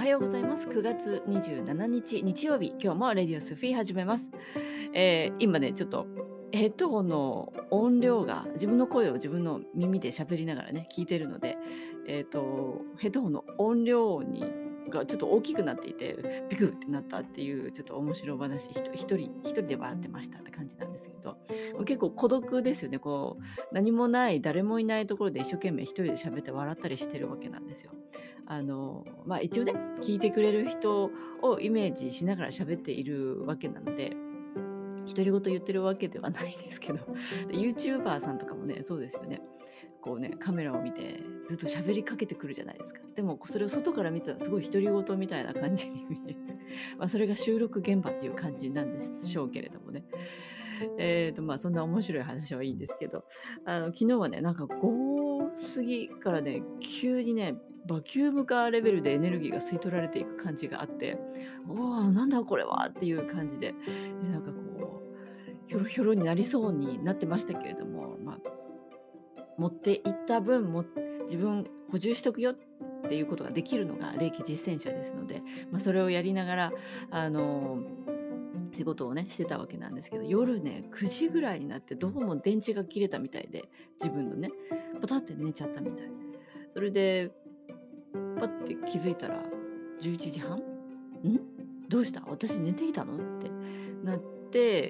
はようございます。9月27日日曜日、今日もレディオスフィー始めます。今ね、ちょっとヘッドホンの音量が自分の声を自分の耳で喋りながらね、聞いてるので、ヘッドホンの音量がちょっと大きくなっていて、ビクってなったっていうちょっと面白話、一人で笑ってましたって感じなんですけど、結構孤独ですよね。こう何もない誰もいないところで一生懸命一人で喋って笑ったりしてるわけなんですよ。一応ね、聞いてくれる人をイメージしながら喋っているわけなので、独り言言ってるわけではないんですけど、で、ユーチューバーさんとかもね、そうですよね。こうね、カメラを見てずっと喋りかけてくるじゃないですか。でもそれを外から見てたらすごい独り言みたいな感じに見える。それが収録現場っていう感じなんでしょうけれどもね。そんな面白い話はいいんですけど、昨日はね、なんか午後過ぎからね、急にね、バキュームカーレベルでエネルギーが吸い取られていく感じがあって、おお、なんだこれはっていう感じで、なんかこう、ひょろひょろになりそうになってましたけれども、持っていった分も自分補充しとくよっていうことができるのが霊気実践者ですので、それをやりながら、あの仕事をね、してたわけなんですけど、夜ね、9時ぐらいになってどうも電池が切れたみたいで、自分のね、パタって寝ちゃったみたい。それで、パッて気づいたら11時半？どうした？私寝ていたの？ってなって、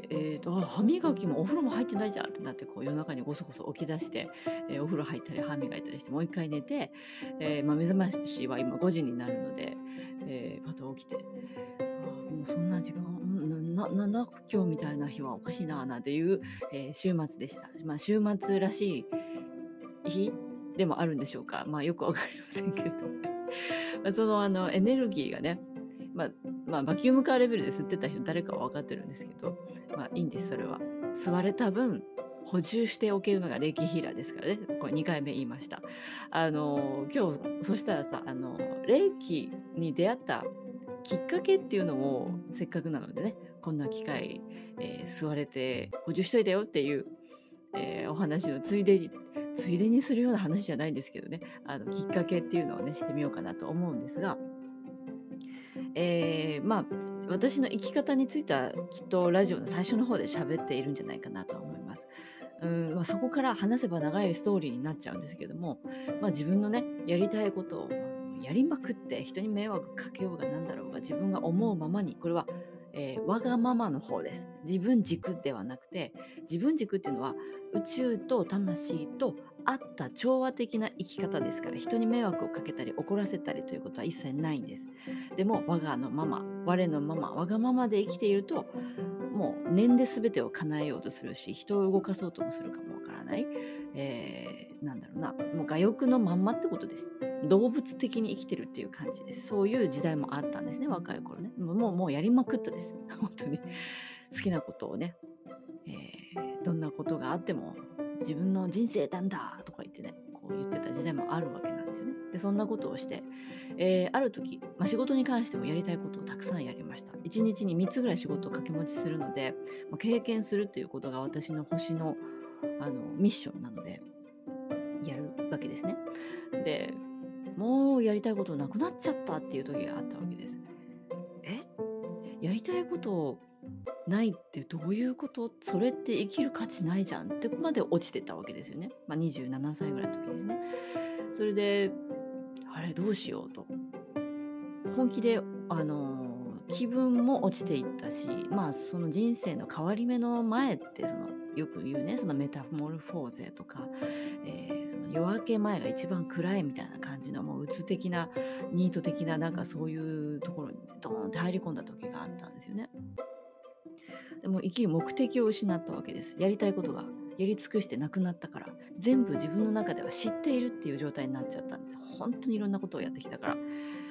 歯磨きもお風呂も入ってないじゃんってなって、こう夜中にごそごそ起き出して、お風呂入ったり歯磨いたりしてもう一回寝て、目覚ましは今5時になるので、パッと起きて、もうそんな時間、なんだ今日みたいな日はおかしいななんていう、週末でした。週末らしい日でもあるんでしょうか。よくわかりませんけれどもね。エネルギーがね、まあバキュームカーレベルで吸ってた人誰かは分かってるんですけど、いいんです、それは。吸われた分、補充しておけるのが霊気ヒーラーですからね。これ2回目言いました。今日、そしたらさ、霊気に出会ったきっかけっていうのを、せっかくなのでね、こんな機会、吸われて補充しといたよっていう、お話のついでにするような話じゃないんですけどね、きっかけっていうのをね、してみようかなと思うんですが、私の生き方についてはきっとラジオの最初の方で喋っているんじゃないかなと思います。そこから話せば長いストーリーになっちゃうんですけども、自分のね、やりたいことを、やりまくって人に迷惑かけようがなんだろうが自分が思うままに、これは、わがままの方です。自分軸ではなくて、自分軸っていうのは宇宙と魂と合った調和的な生き方ですから、人に迷惑をかけたり怒らせたりということは一切ないんです。でも我のまま、わがままで生きていると、もう念で全てを叶えようとするし、人を動かそうともするかもわからない。なんだろうな、もう我欲のまんまってことです。動物的に生きてるっていう感じです。そういう時代もあったんですね、若い頃ね。もうやりまくったです。本当に。好きなことをね、どんなことがあっても自分の人生なんだとか言ってね、こう言ってた時代もあるわけなんですよね。で、そんなことをして、ある時、仕事に関してもやりたいことをたくさんやりました。1日に3つぐらい仕事を掛け持ちするので、経験するっていうことが私の星のミッションなので、やるわけですね。で、もうやりたいことなくなっちゃったっていう時があったわけです。え、やりたいことないってどういうこと？それって生きる価値ないじゃんってまで落ちてたわけですよね。27歳ぐらいの時ですね。それで、あれどうしようと。本気で、気分も落ちていったし、その人生の変わり目の前って、よく言うね、そのメタモルフォーゼとか、その夜明け前が一番暗いみたいな感じの、もう鬱的な、ニート的な、なんかそういうところにね、ドーンって入り込んだ時があったんですよね。でも生きる目的を失ったわけです。やりたいことがやり尽くしてなくなったから、全部自分の中では知っているっていう状態になっちゃったんです。本当にいろんなことをやってきたから。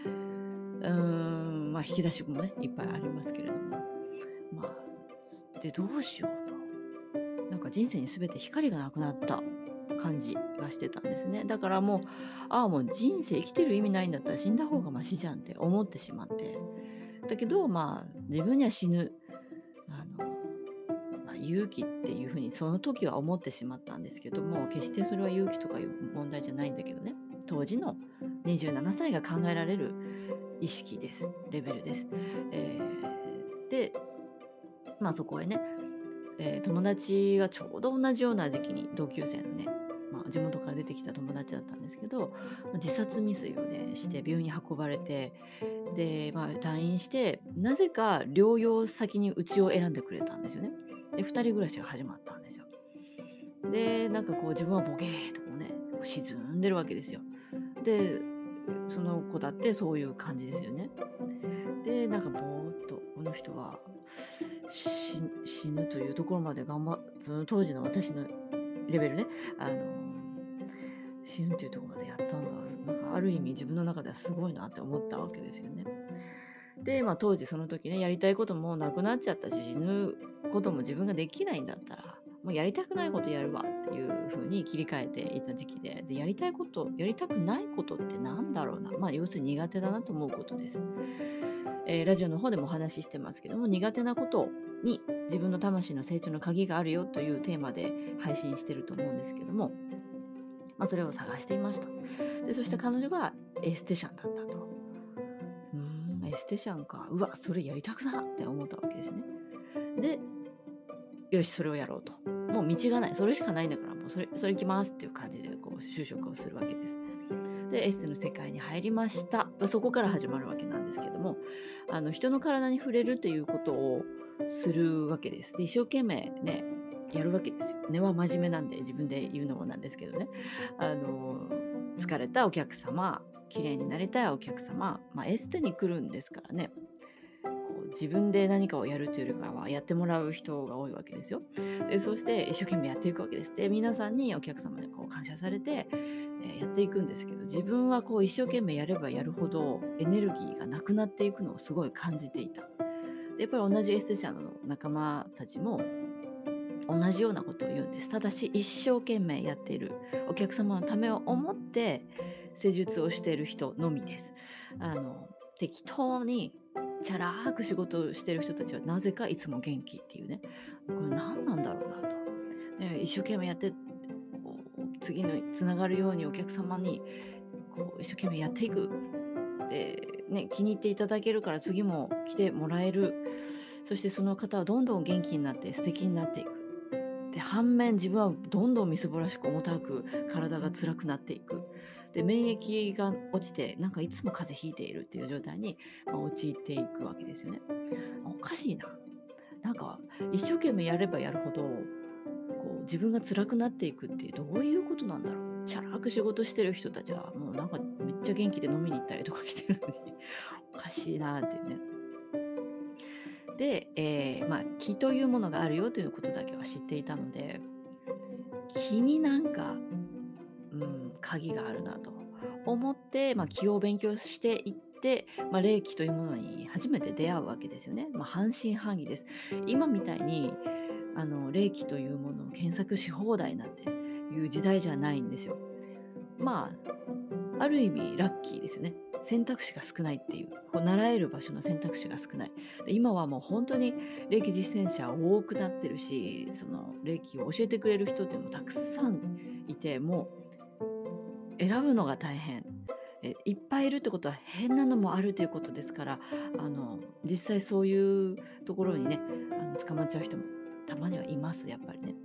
引き出しもね、いっぱいありますけれども。で、どうしようと。なんか人生に全て光がなくなった感じがしてたんですね。だからもう、もう人生生きてる意味ないんだったら死んだ方がマシじゃんって思ってしまって。だけど、自分には死ぬ、あの、勇気っていうふうにその時は思ってしまったんですけども、決してそれは勇気とかいう問題じゃないんだけどね。当時の27歳が考えられる意識です。レベルです。で、そこへね、友達がちょうど同じような時期に同級生のね、地元から出てきた友達だったんですけど、自殺未遂をね、して病院に運ばれて、で、退院して、なぜか療養先にうちを選んでくれたんですよね。で、2人暮らしが始まったんですよ。で、なんかこう自分はボケーっとこうね、こう沈んでるわけですよ。で、その子だってそういう感じですよね。で、なんかぼーっとこの人は、死ぬというところまでその当時の私のレベルね、あの、死ぬっていうところまでやったんだ。なんかある意味自分の中ではすごいなって思ったわけですよね。で、当時その時ね、やりたいこともなくなっちゃったし、死ぬことも自分ができないんだったら、もうやりたくないことやるわっていう風に切り替えていた時期で、やりたいこと、やりたくないことってなんだろうな。要するに苦手だなと思うことです。ラジオの方でもお話ししてますけども、苦手なことに自分の魂の成長の鍵があるよというテーマで配信してると思うんですけども、それを探していました。で、そして彼女がエステシャンだったと。エステシャンか。うわ、それやりたくなって思ったわけですね。で、よし、それをやろうと。もう道がない。それしかないんだから、もうそれ行きますっていう感じで、こう、就職をするわけです。で、エステの世界に入りました。そこから始まるわけなんですけども、人の体に触れるということをするわけです。で、一生懸命ね、やるわけですよ。根は真面目なんで、自分で言うのもなんですけどね。あの、疲れたお客様、綺麗になりたいお客様、エステに来るんですからね、こう自分で何かをやるというよりかはやってもらう人が多いわけですよ。で、そして一生懸命やっていくわけです。で、皆さんにお客様にこう感謝されて、やっていくんですけど、自分はこう一生懸命やればやるほどエネルギーがなくなっていくのをすごい感じていた。で、やっぱり同じエステティシャンの仲間たちも同じようなことを言うんです。ただし一生懸命やっているお客様のためを思って施術をしている人のみです。適当にチャラーく仕事をしている人たちはなぜかいつも元気っていうね。これ何なんだろうなと。一生懸命やって、こう次のつながるようにお客様にこう一生懸命やっていく。で、ね、気に入っていただけるから次も来てもらえる。そしてその方はどんどん元気になって素敵になっていく。で、反面自分はどんどんみすぼらしく重たく体が辛くなっていく。で、免疫が落ちて、なんかいつも風邪ひいているっていう状態に、陥っていくわけですよね。おかしいな。なんか一生懸命やればやるほど、こう自分が辛くなっていくってどういうことなんだろう。チャラく仕事してる人たちはもうなんかめっちゃ元気で飲みに行ったりとかしてるのにおかしいなっていうね。で、気というものがあるよということだけは知っていたので、気になんか、鍵があるなと思って、気を勉強していって、霊気というものに初めて出会うわけですよね。半信半疑です。今みたいに霊気というものを検索し放題なんていう時代じゃないんですよ。ある意味ラッキーですよね。選択肢が少ないっていう、こう習える場所の選択肢が少ない。で、今はもう本当に霊気実践者多くなってるし、その霊気を教えてくれる人っていうのもたくさんいて、もう選ぶのが大変。いっぱいいるってことは変なのもあるということですから、実際そういうところにね、捕まっちゃう人もたまにはいます、やっぱりね。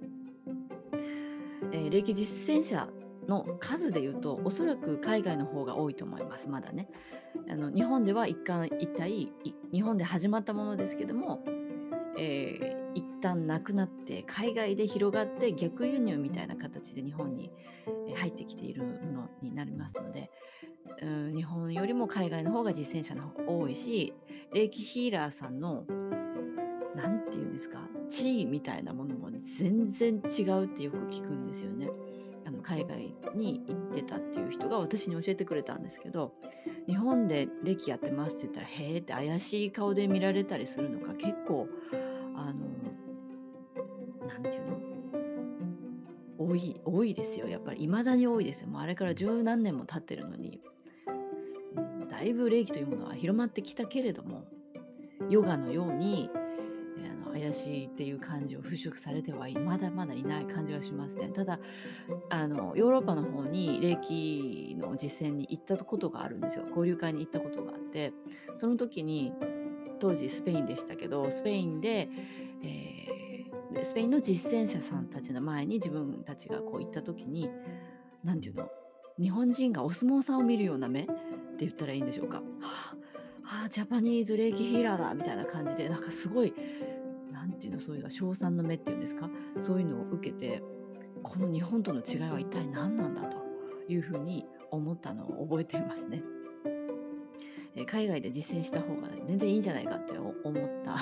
霊気実践者の数で言うと、おそらく海外の方が多いと思います、まだね。日本では一体、日本で始まったものですけども、一旦なくなって海外で広がって逆輸入みたいな形で日本に入ってきているものになりますので、日本よりも海外の方が実践者の方が多いし、霊気ヒーラーさんのなんて言うんですか、地位みたいなものも全然違うってよく聞くんですよね。海外に行ってたっていう人が私に教えてくれたんですけど、日本で歴やってますって言ったら、へーって怪しい顔で見られたりするのが結構、あの、なんていうの、多いですよ。やっぱり未だに多いですよ。もうあれから十何年も経ってるのに、だいぶ霊気というものは広まってきたけれども、ヨガのように、 怪しいっていう感じを払拭されてはいまだまだいない感じがしますね。ただヨーロッパの方に霊気の実践に行ったことがあるんですよ。交流会に行ったことがあって、その時に当時スペインでしたけど、スペインで、スペインの実践者さんたちの前に自分たちがこう行った時に、なんていうの、日本人がお相撲さんを見るような目って言ったらいいんでしょうか。ジャパニーズ霊気ヒーラーだみたいな感じで、なんかすごい、なんていうの、そういうの称賛の目っていうんですか、そういうのを受けて、この日本との違いは一体何なんだというふうに思ったのを覚えていますね。海外で実践した方が全然いいんじゃないかって思った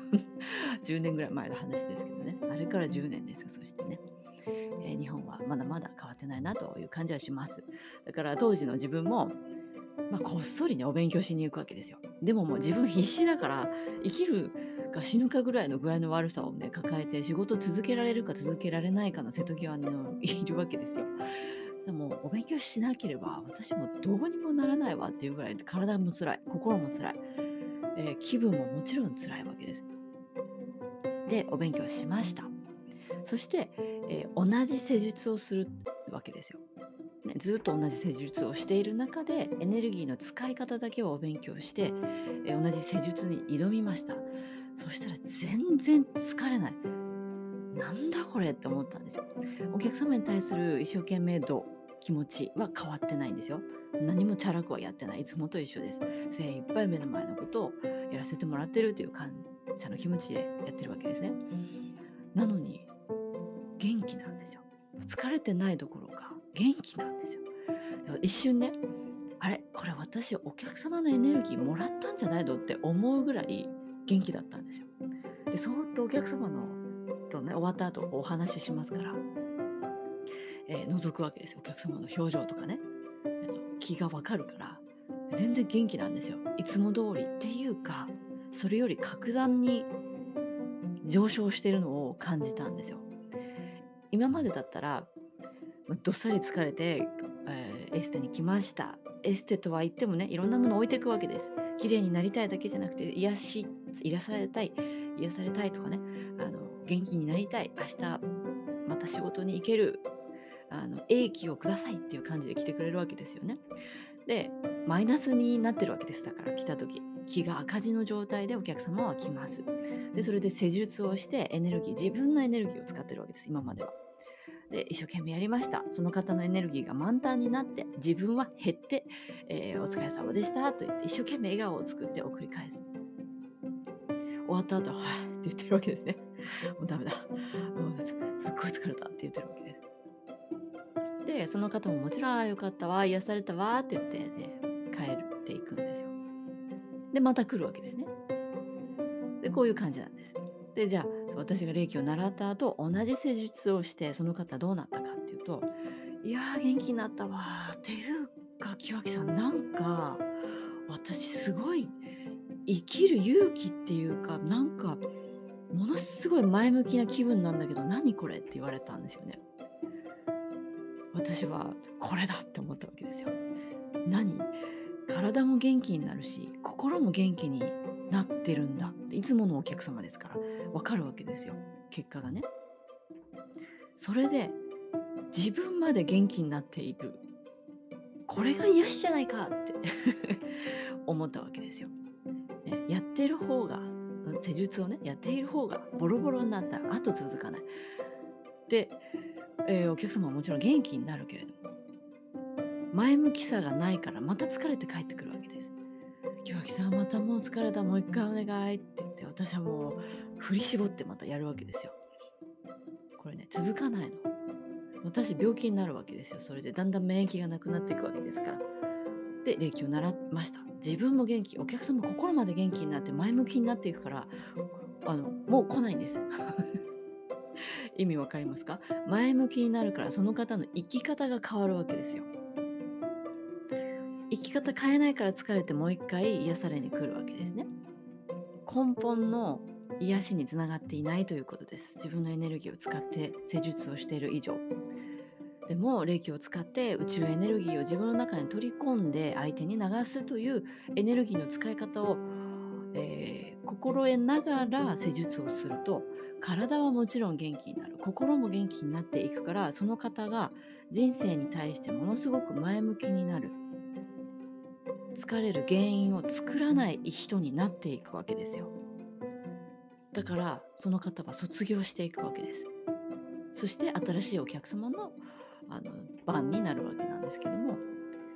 10年ぐらい前の話ですけどね。あれから10年ですよ、そしてね。日本はまだまだ変わってないなという感じはします。だから当時の自分も、こっそりね、お勉強しに行くわけですよ。でももう自分必死だから、生きるか死ぬかぐらいの具合の悪さをね、抱えて仕事続けられるか続けられないかの瀬戸際にいるわけですよ。さもうお勉強しなければ私もどうにもならないわっていうぐらい体も辛い、心も辛い、気分ももちろん辛いわけです。で、お勉強しました。そして、同じ施術をするわけですよ。ね、ずっと同じ施術をしている中でエネルギーの使い方だけをお勉強して、同じ施術に挑みました。そしたら全然疲れない。なんだこれって思ったんですよ。お客様に対する一生懸命度、気持ちは変わってないんですよ。何もチャラくはやってない。いつもと一緒です。精一杯目の前のことをやらせてもらってるという感謝の気持ちでやってるわけですね。なのに元気なんですよ。疲れてないどころか元気なんですよ。一瞬ね、あれこれ私お客様のエネルギーもらったんじゃないのって思うぐらい元気だったんですよ。で、そーっとお客様のとね、終わった後お話ししますから、覗くわけですよ。お客様の表情とかね。気がわかるから、全然元気なんですよ。いつも通りっていうか、それより格段に上昇してるのを感じたんですよ。今までだったら、どっさり疲れて、エステに来ました。エステとは言ってもね、いろんなものを置いていくわけです。綺麗になりたいだけじゃなくて、癒されたい、癒されたいとかね、元気になりたい、明日また仕事に行ける、英気をくださいっていう感じで来てくれるわけですよね。で、マイナスになってるわけです。だから来た時、気が赤字の状態でお客様は来ます。で、それで施術をして自分のエネルギーを使ってるわけです、今までは。で、一生懸命やりました。その方のエネルギーが満タンになって、自分は減って、お疲れ様でしたと言って、一生懸命笑顔を作って送り返す。終わった後は、って言ってるわけですね。もうダメだ。もうすっごい疲れたって言ってるわけです。で、その方ももちろん、よかったわ、癒されたわって言って、ね、帰っていくんですよ。で、また来るわけですね。で、こういう感じなんです。で、じゃあ、私が霊気を習った後、同じ施術をして、その方どうなったかっていうと、いやー、元気になったわーっていうか、木脇さん、なんか、私すごい生きる勇気っていうか、なんか、ものすごい前向きな気分なんだけど、何これって言われたんですよね。私はこれだって思ったわけですよ。何？体も元気になるし、心も元気になってるんだって、いつものお客様ですから、わかるわけですよ、結果がね。それで、自分まで元気になっている。これが癒しじゃないかって思ったわけですよ。ね、やってる方が、施術をね、やっている方がボロボロになったら後続かない。で、お客様はもちろん元気になるけれども、前向きさがないからまた疲れて帰ってくるわけです。「木脇さんまたもう疲れた、もう一回お願い」って言って、私はもう振り絞ってまたやるわけですよ。これね、続かないの。私病気になるわけですよ。それでだんだん免疫がなくなっていくわけですから。で、霊気を習いました。自分も元気、お客さんも心まで元気になって前向きになっていくから、もう来ないんです。意味わかりますか？前向きになるからその方の生き方が変わるわけですよ。生き方変えないから疲れてもう一回癒されに来るわけですね。根本の癒しにつながっていないということです。自分のエネルギーを使って施術をしている以上。でも霊気を使って宇宙エネルギーを自分の中に取り込んで相手に流すというエネルギーの使い方を、 心得ながら施術をすると、体はもちろん元気になる、心も元気になっていくから、その方が人生に対してものすごく前向きになる、疲れる原因を作らない人になっていくわけですよ。だからその方は卒業していくわけです。そして新しいお客様の番になるわけなんですけども、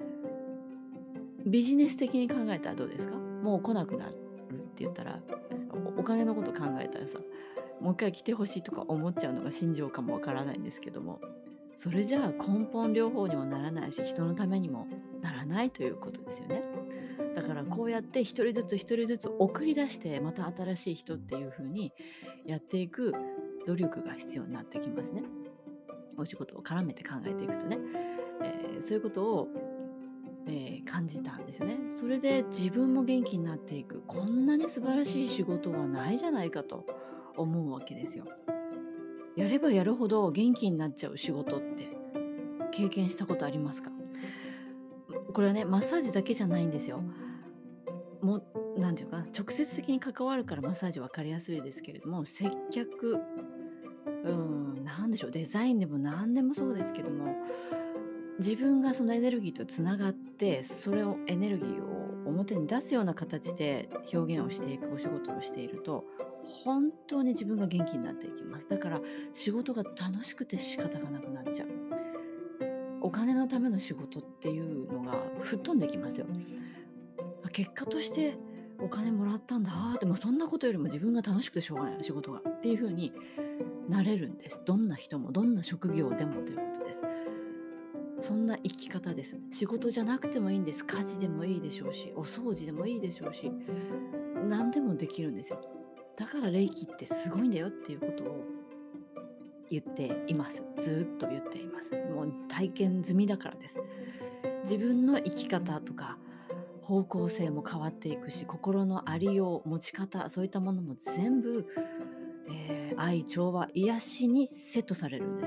ビジネス的に考えたらどうですか？もう来なくなるって言ったら、お金のこと考えたらさ、もう一回来てほしいとか思っちゃうのが心情かもわからないんですけども、それじゃあ根本療法にもならないし、人のためにもならないということですよね。だからこうやって一人ずつ一人ずつ送り出して、また新しい人っていう風にやっていく努力が必要になってきますね。お仕事を絡めて考えていくとね、そういうことを、感じたんですよね。それで自分も元気になっていく、こんなに素晴らしい仕事はないじゃないかと思うわけですよ。やればやるほど元気になっちゃう仕事って経験したことありますか？これはね、マッサージだけじゃないんですよ。もう、なんていうかな、直接的に関わるからマッサージ分かりやすいですけれども、接客、なんでしょう、デザインでも何でもそうですけども、自分がそのエネルギーとつながって、それをエネルギーを表に出すような形で表現をしていくお仕事をしていると、本当に自分が元気になっていきます。だから仕事が楽しくて仕方がなくなっちゃう。お金のための仕事っていうのが吹っ飛んできますよ。結果としてお金もらったんだ、でもそんなことよりも自分が楽しくてしょうがない、仕事がっていう風になれるんです。どんな人もどんな職業でもということです。そんな生き方です。仕事じゃなくてもいいんです。家事でもいいでしょうし、お掃除でもいいでしょうし、何でもできるんですよ。だから霊気ってすごいんだよっていうことを言っています。ずっと言っています。もう体験済みだからです。自分の生き方とか方向性も変わっていくし、心のありよう、持ち方、そういったものも全部、愛、調和、癒しにセットされるんです。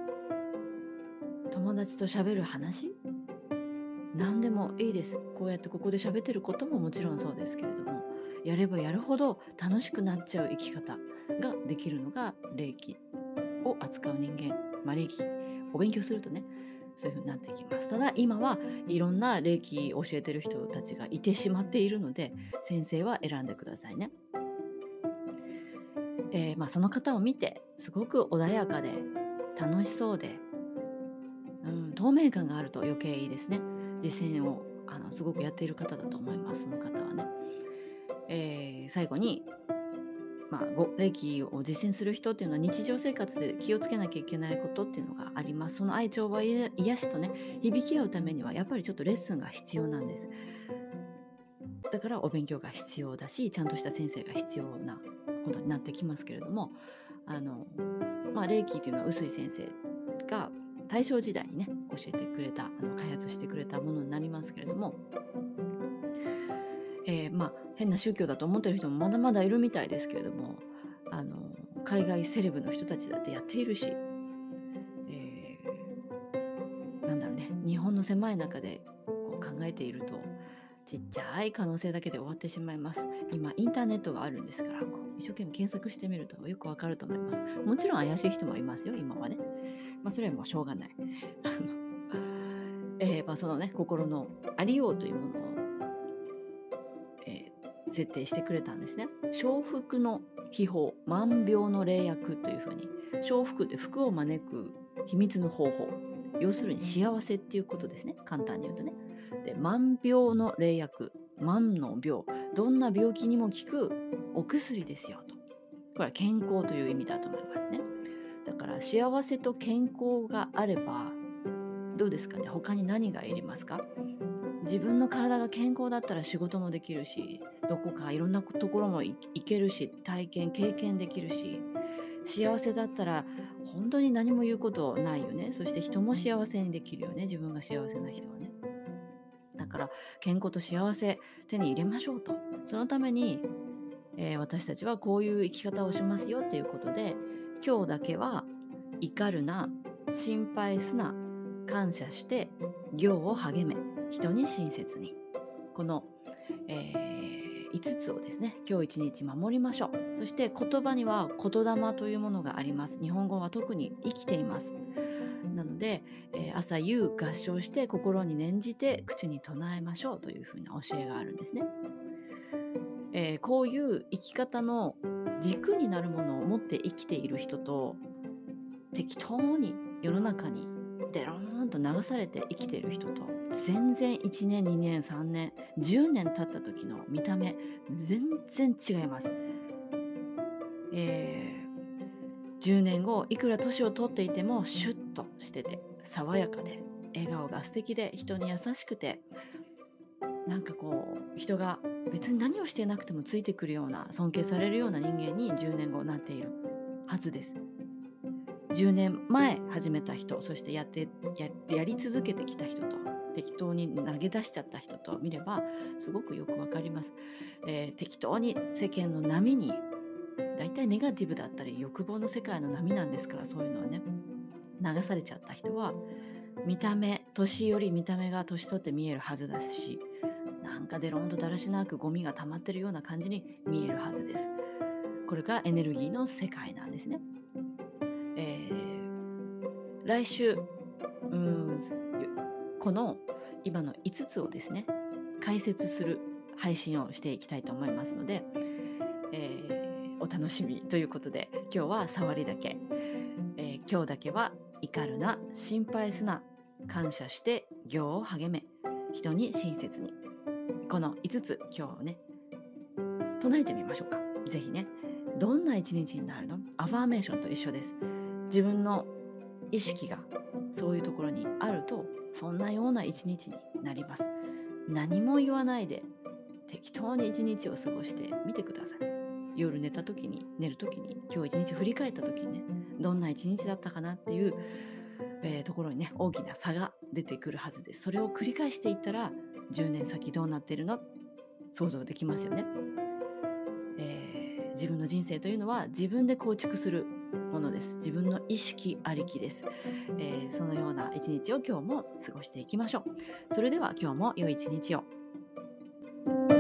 友達と喋る話、何でもいいです。こうやってここで喋ってることももちろんそうですけれども、やればやるほど楽しくなっちゃう生き方ができるのが霊気を扱う人間、霊気お勉強するとね、そういう風になっていきます。ただ今はいろんな霊気教えてる人たちがいてしまっているので、先生は選んでくださいね。その方を見てすごく穏やかで楽しそうで、透明感があると余計いいですね。実践をすごくやっている方だと思います、その方はね。最後に、霊気を実践する人っていうのは日常生活で気をつけなきゃいけないことっていうのがあります。その愛情は癒しとね、響き合うためにはやっぱりちょっとレッスンが必要なんです。だからお勉強が必要だし、ちゃんとした先生が必要なことになってきますけれども、あの、霊気っていうのは臼井先生が大正時代にね、教えてくれた、開発してくれたものになりますけれども、変な宗教だと思ってる人もまだまだいるみたいですけれども、海外セレブの人たちだってやっているし、なんだろうね、日本の狭い中でこう考えていると、ちっちゃい可能性だけで終わってしまいます。今インターネットがあるんですから、こう一生懸命検索してみるとよくわかると思います。もちろん怪しい人もいますよ、今はね。それはもうしょうがない。そのね、心のありようというものを、設定してくれたんですね。承服の秘法、万病の霊薬というふうに、承服って福を招く秘密の方法。要するに幸せっていうことですね。簡単に言うとね。で、万病の霊薬、万の病、どんな病気にも効くお薬ですよと。これは健康という意味だと思いますね。だから幸せと健康があれば、どうですかね。他に何がいりますか？自分の体が健康だったら仕事もできるし、どこかいろんなところも行けるし、体験、経験できるし、幸せだったら本当に何も言うことないよね。そして人も幸せにできるよね。自分が幸せな人はね。だから健康と幸せ手に入れましょうと。そのために、私たちはこういう生き方をしますよっていうことで、今日だけは怒るな、心配すな、感謝して行を励め、人に親切に。この、 5つをですね、今日一日守りましょう。そして言葉には言霊というものがあります。日本語は特に生きています。なので、朝夕合唱して心に念じて口に唱えましょうというふうな教えがあるんですね。こういう生き方の軸になるものを持って生きている人と、適当に世の中にデローンと流されて生きている人と、全然1年2年3年10年経った時の見た目全然違います。10年後いくら年を取っていてもシュッとしてて爽やかで笑顔が素敵で人に優しくて、なんかこう人が別に何をしていなくてもついてくるような尊敬されるような人間に10年後なっているはずです。10年前始めた人、そしてやり続けてきた人と適当に投げ出しちゃった人と見ればすごくよくわかります。適当に世間の波に、だいたいネガティブだったり欲望の世界の波なんですから、そういうのはね、流されちゃった人は見た目、年寄り見た目が年取って見えるはずだし、なんかデロンとだらしなくゴミが溜まってるような感じに見えるはずです。これがエネルギーの世界なんですね。来週この今の5つをですね、解説する配信をしていきたいと思いますので、お楽しみということで、今日は触りだけ、今日だけは怒るな、心配すな、感謝して行を励め、人に親切に、この5つ今日ね唱えてみましょうか。ぜひね、どんな一日になるの？アファーメーションと一緒です。自分の意識がそういうところにあると、そんなような一日になります。何も言わないで適当に一日を過ごしてみてください。夜寝る時に今日一日振り返った時にね、どんな一日だったかなっていう、ところにね、大きな差が出てくるはずです。それを繰り返していったら10年先どうなっているの想像できますよね。自分の人生というのは自分で構築するものです。自分の意識ありきです。そのような一日を今日も過ごしていきましょう。それでは今日も良い一日を。